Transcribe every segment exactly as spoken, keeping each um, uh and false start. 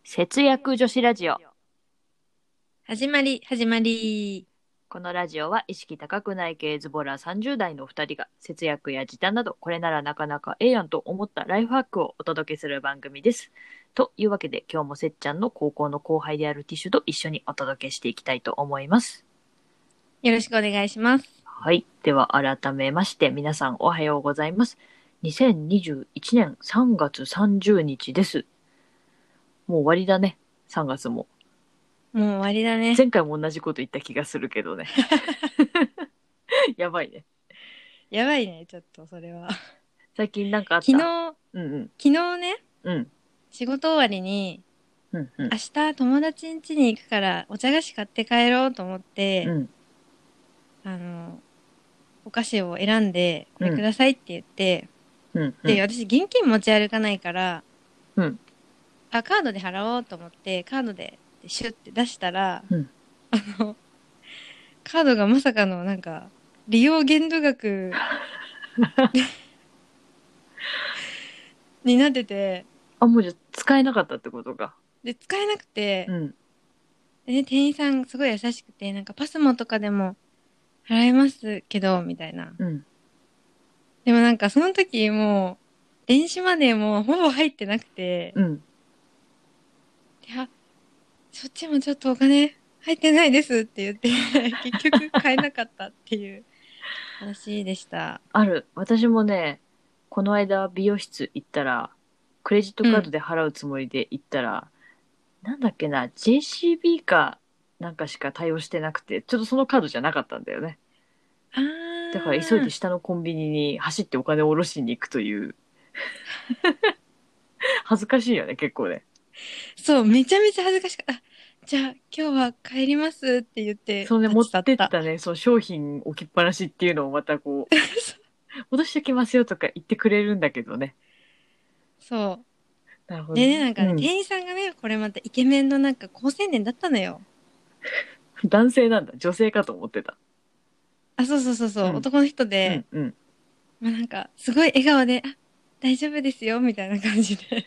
節約女子ラジオ。 始まり始まり。 このラジオは意識高くない系ズボラさんじゅう代のふたりが節約や時短などこれならなかなかええやんと思ったライフハックをお届けする番組です。というわけで今日もせっちゃんの高校の後輩であるティッシュと一緒にお届けしていきたいと思います。 よろしくお願いします。 はい。では改めまして皆さんおはようございます。にせんにじゅういちねんさんがつさんじゅうにちです。もう終わりだね。さんがつも。 もう終わりだね。 前回も同じこと言った気がするけどね。やばいね。 やばいね、ちょっとそれは。 最近なんかあった？ 昨日、 うんうん。 昨日ね、 うん。 仕事終わりに、 うんうん。 明日友達ん家に行くからお茶菓子買って帰ろうと思って、 うん。 あの、お菓子を選んで、これくうん。 ださいって言って、 うんうで、 ん。 私現金持ち歩かないから、 うん。 あ、カードで払おうと思って、カードでシュッて出したら、 うん。 あの、カードがまさかのなんか、利用限度額になってて、 あ、もうじゃあ使えなかったってことか。 で、使えなくて、 うん。 でね、店員さんすごい優しくて、なんかパスモとかでも払えますけど、みたいな。 うん。 でもなんかその時もう、電子マネーもほぼ入ってなくて、 うん。 いや、そっちもちょっとお金入ってないですって言って結局買えなかったっていう話でした。 ある。私もね、この間美容室行ったら、クレジットうん。 カードで払うつもりで行ったら、なんだっけな、ジェーシービー かなんかしか対応してなくて、ちょっとそのカードじゃなかったんだよね。 あだから急いでー。 下のコンビニに走ってお金を下ろしに行くという、恥ずかしいよね、結構ね。 そう、めちゃめちゃ恥ずかしかった。あ、じゃあ今日は帰りますって言ってそうね、持っ立ち去った。 てったね、そう、商品置きっぱなしっていうのをまたこう、戻してきますよとか言ってくれるんだけどね。 そう。 なるほど。 でね、なんかね、 うん。 店員さんがね、これまたイケメンのなんか高青年だったのよ。 男性なんだ。女性かと思ってた。 あ、そうそうそうそう、 うん。 男の人で、 うん、うん。 まあなんか、すごい笑顔で、あ、大丈夫ですよ、みたいな感じで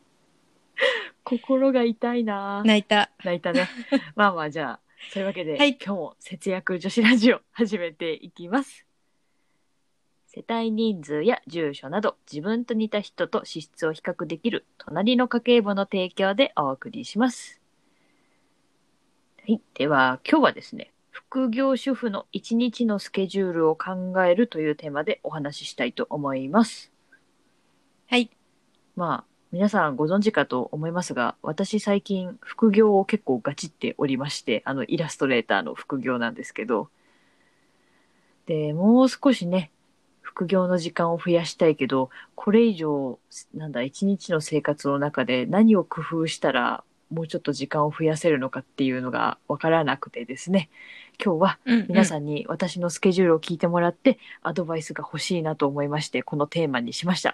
心が痛いな。 泣いた。 泣いたね。まあまあ、じゃあ、そういうわけで、 はい。 今日も節約女子ラジオ始めていきます。世帯人数や住所など、自分と似た人と資質を比較できる、隣の家計簿の提供でお送りします。はい。では、今日はですね、副業主婦の一日のスケジュールを考えるというテーマでお話ししたいと思います。 はい。 まあ、皆さんご存知かと思いますが、私最近副業を結構ガチっておりまして、あのイラストレーターの副業なんですけど、で、もう少しね、副業の時間を増やしたいけど、これ以上、なんだ、一日の生活の中で何を工夫したら、もうちょっと時間を増やせるのかっていうのがわからなくてですね、今日はうんうん。 皆さんに私のスケジュールを聞いてもらってアドバイスが欲しいなと思いまして、このテーマにしました。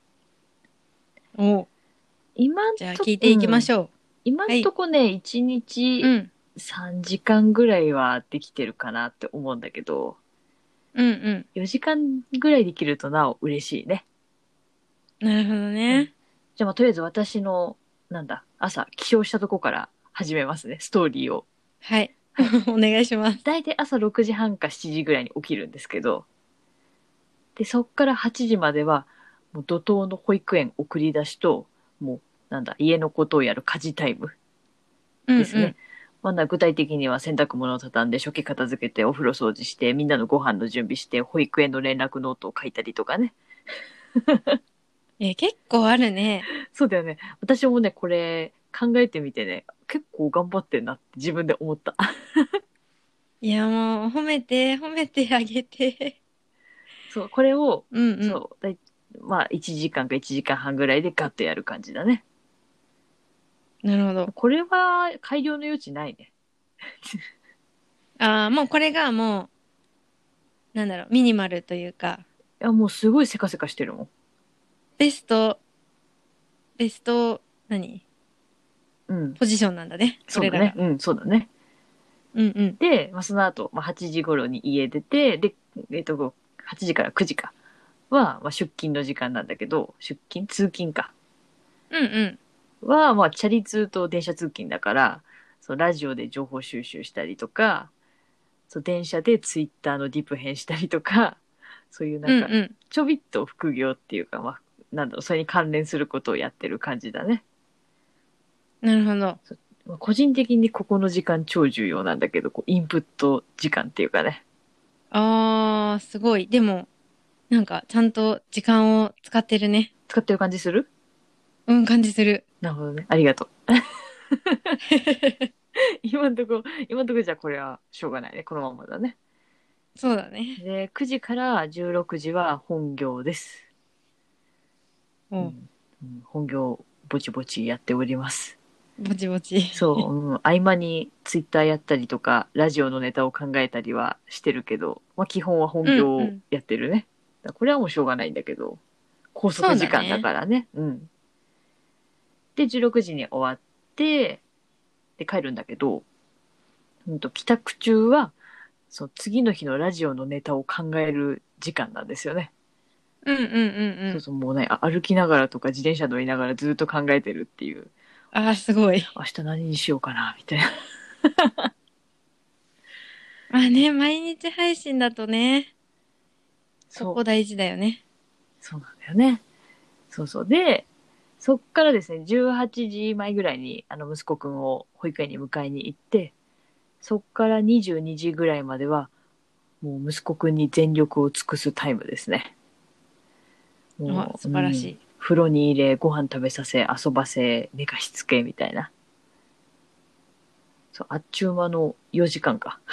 お、 今んと、 じゃあ聞いていきうん、 ましょう。 今んとはい。 こね、いちにちうん。 さんじかんぐらいはできてるかなって思うんだけど、 うんうん。 よじかんぐらいできるとなお嬉しいね。 なるほどうん。 ね。 じゃあまあとりあえず私の、なんだ、朝起床したとこから始めますね、ストーリーを。 はい。 はい。 お願いします。 だいたい朝ろくじはんかしちじぐらいに起きるんですけど、で、そっからはちじまでは、もう怒涛の保育園送り出しと、もう、なんだ、家のことをやる家事タイムですね。 うんうん。 まだ具体的には洗濯物を畳んで、食器片付けて、お風呂掃除して、みんなのご飯の準備して、保育園の連絡ノートを書いたりとかね。 え、結構あるね。 そうだよね。私もね、これ考えてみてね、結構頑張ってんなって自分で思った。 いやもう、褒めて、褒めてあげて。 そう、これを、 うんうん。 そう、だいまあいちじかんかいちじかんはんぐらいでガッとやる感じだね。 なるほど。 これは改良の余地ないね。 ああ、もうこれがもう、なんだろう、ミニマルというか、 いや、もうすごいせかせかしてるもん。 ベスト、ベスト、何うん。 ポジションなんだね。こそうだね。 れらが。 うん、そうだね。 うんうん。 で、まあ、その後、まあ、はちじ頃に家出て、で、えっと、はちじからくじかは、まあ、出勤の時間なんだけど、出勤通勤か。 うんうん。 は、まあ、チャリ通と電車通勤だから、そうラジオで情報収集したりとか、そう電車でツイッターのディップ編したりとか、そういうなんか、 うんうん。 ちょびっと副業っていうか、まあ、なんだろう、それに関連することをやってる感じだね。 なるほど。 そうまあ個人的にここの時間超重要なんだけど、こうインプット時間っていうかね。 あー、すごい。でも、なんか、ちゃんと時間を使ってるね。 使ってる感じする？ うん、感じする。 なるほどね。ありがとう。今んとこ、今んとこじゃこれはしょうがないね。このままだね。 そうだね。 で、くじからじゅうろくじは本業です。うおう、 んうん、本業ぼちぼちやっております。 ぼちぼち。 そう、うん、合間にツイッターやったりとか、ラジオのネタを考えたりはしてるけど、まあ基本は本業をうんうん。 やってるね。だからこれはもうしょうがないんだけど、拘束そう時間だだね。 からね。うん。で、じゅうろくじに終わって、で帰るんだけど、うんと、帰宅中は、そう、次の日のラジオのネタを考える時間なんですよね。 うんうんうんうん。 そうそう、もうね、あ歩きながらとか自転車乗りながらずっと考えてるっていう、 あー、すごい。 明日何にしようかな、みたいな。 まあね、毎日配信だとね、こそう、 こ大事だよね。 そうなんだよね。そうそう。で、そっからですね、じゅうはちじまえぐらいに、あの、息子くんを保育園に迎えに行って、そっからにじゅうにじぐらいまでは、もう息子くんに全力を尽くすタイムですね。 あ、 もう、 素晴らしうん。 い。 風呂に入れ、ご飯食べさせ、遊ばせ、寝かしつけ、みたいな。そう、あっちゅう間のよじかんか。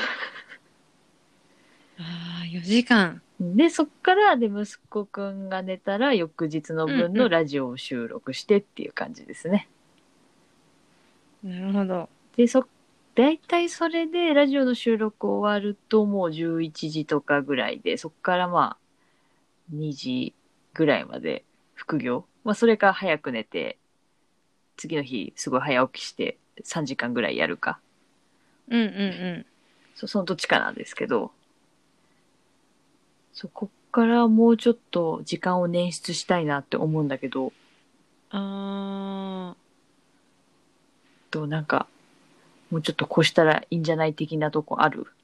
ああ、よじかん。 で、そっから、で、息子くんが寝たら、翌日の分のうんうラジオを収録してっていう感じですね。 ん。なるほど。 で、そ、大体それでラジオの収録終わるともうじゅういちじとかぐらいで、そっからまあにじぐらいまで副業。まあそれか早く寝て、次の日すごい早起きしてさんじかんぐらいやるか。 うんうんうん。 そそのどっちかなんですけど、そこっからもうちょっと時間を捻出したいなって思うんだけど、 あとなんかもうちょっとこうしたらいいんじゃない的なとこある？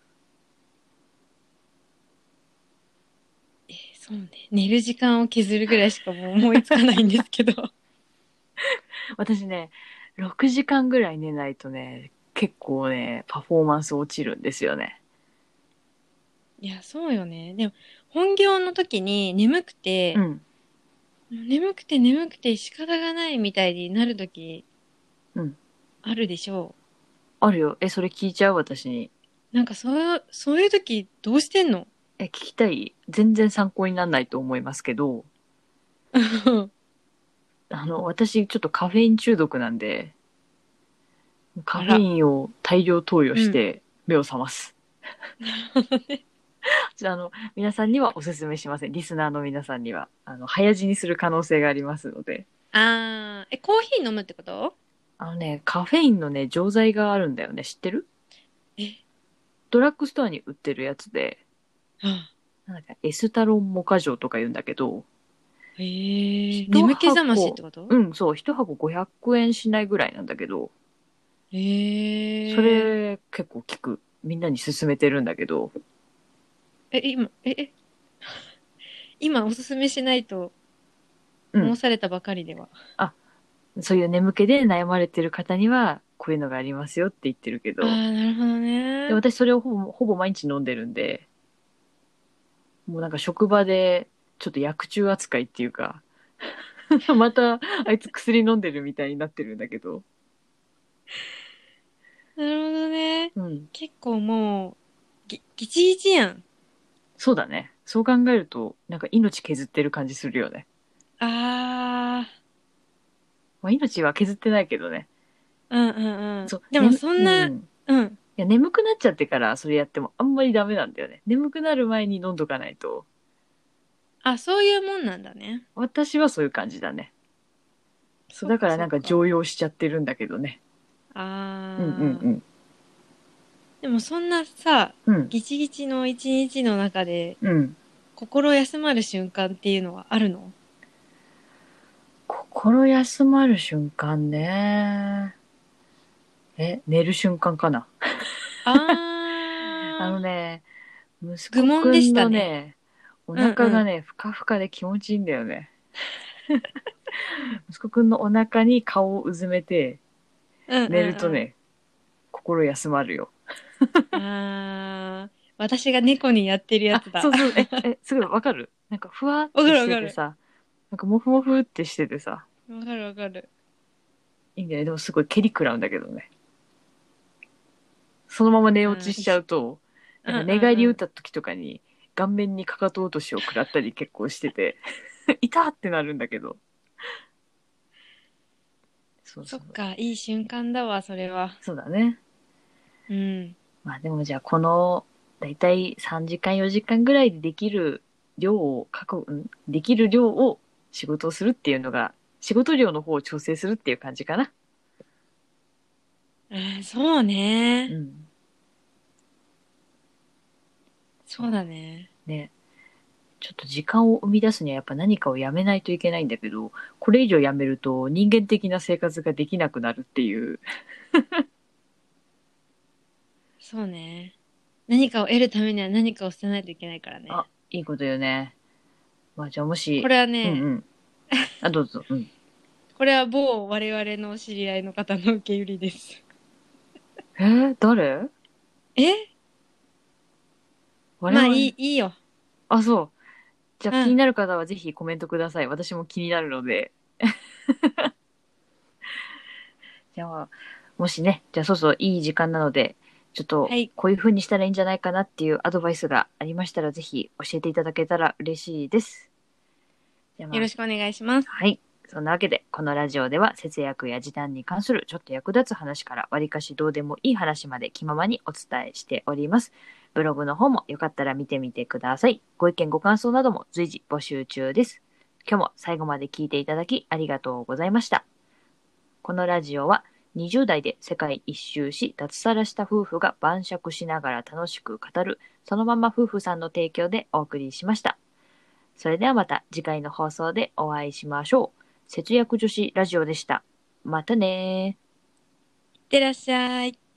ー、えーそうね。寝る時間を削るぐらいしかもう思いつかないんですけど。 私ね、ろくじかんぐらい寝ないとね、結構ね、パフォーマンス落ちるんですよね。 いや、そうよね。でも、本業の時に眠くて、 うん。 眠くて眠くて仕方がないみたいになる時うん。 あるでしょあるよ。え、それ聞いちゃう私に？ う。なんかそう、そういう時どうしてんの？ え、聞きたい？全然参考にならないと思いますけど、あの、私ちょっとカフェイン中毒なんで、カフェあら。 インを大量投与うん。 して目を覚ます。じゃあ、あの、皆さんにはお勧めしません。リスナーの皆さんには。あの、早死にする可能性がありますので。 あー、え、コーヒー飲むってこと？ あのね、カフェインのね、錠剤があるんだよね。知ってる？ え、 ドラッグストアに売ってるやつで、 あ、 なんだっけ、エスタロンモカ錠とか言うんだけど、 えー、 一眠気覚ましっ箱、 てこと？ うん、そう、一箱ごひゃくえんしないぐらいなんだけど、 えそー、 れ結構効く。みんなに勧めてるんだけど、 え、今、え、え、今おすすめしないとうん。 申されたばかりでは。 あ、そういう眠気で悩まれてる方には、こういうのがありますよって言ってるけあど、 ー、なるほどで、 ね。 私それをほぼ、ほぼ毎日飲んでるんで、もうなんか職場で、ちょっと薬中扱いっていうか、またあいつ薬飲んでるみたいになってるんだけど、 なるほどね。 うん。 結構もう、ぎ、ぎちぎちやん。 そうだね。そう考えると、なんか命削ってる感じするよね。 あまあ、命は削ってないけどね。 ー、うんうんうん。 そう、 でもね、 そんな、 うん。 うん。 いや、眠くなっちゃってからそれやってもあんまりダメなんだよね。眠くなる前に飲んどかないと。 あ、そういうもんなんだね。 私はそういう感じだね。そう、 そっだからなんかかそっか。 常用しちゃってるんだけどね。うんうんあー。 うん。 でもそんなさ、 うん。 ギチギチの一日の中で、 うん。 心休まる瞬間っていうのはあるの？ 心休まる瞬間ね。え、寝る瞬間かな。あのあー、 ね、息子愚問でくんのしたね。 ね、おうんうん。 腹がね、ふかふかで気持ちいいんだよね。息子くんのお腹に顔をうずめてうん寝るとうね、心休まるよ。 んうん。あー、私が猫にやってるやあ、 つだ。 そうそう、え、え、すごいわかる。なんかふわっわかてしるわかる。 ててさ、なんかモフモフってしててさ、 わかるわかる。 いいんだよね。でもすごい蹴り食らうんだけどね。そのまま寝落あー、 ちしちゃ一緒。 うと、 うんうんなんか寝返りうん。 打った時とかに顔面にかかと落としを食らったり結構してて、いたってなるんだけど。そうそう。 そっか、いい瞬間だわ、それは。 そうだね。 うん。 まあでもじゃあこの、だいたいさんじかんよじかんぐらいでできる量を確保、んできる量を仕事をするっていうのが、仕事量の方を調整するっていう感じかな。 あー、そうね。 うん。そそうだね。 う。ね。ちょっと時間を生み出すにはやっぱ何かをやめないといけないんだけど、これ以上やめると人間的な生活ができなくなるっていう。 そうね。何かを得るためには何かを捨てないといけないからあ、 ね。 いいことよね。まあじゃあもし、 これはね、 うんうん。あ、どうぞ。うん。 これは某我々の知り合いの方の受け売りです。 えー、誰？ え我々？ まあいい、いいよ。 あ、そう。じゃあうん。 気になる方はぜひコメントください。私も気になるので。じゃあ、もしね、じゃあそうそういい時間なので、ちょっとはい。 こういう風にしたらいいんじゃないかなっていうアドバイスがありましたら、ぜひ教えていただけたら嬉しいです。じゃあまあ、 よろしくお願いします。 はい。そんなわけで、このラジオでは節約や時短に関するちょっと役立つ話から、わりかしどうでもいい話まで気ままにお伝えしております。ブログの方もよかったら見てみてください。ご意見ご感想なども随時募集中です。今日も最後まで聞いていただきありがとうございました。このラジオはにじゅう代で世界一周し脱サラした夫婦が晩酌しながら楽しく語るそのまま夫婦さんの提供でお送りしました。それではまた次回の放送でお会いしましょう。節約女子ラジオでした。またねー。 いってらっしゃい。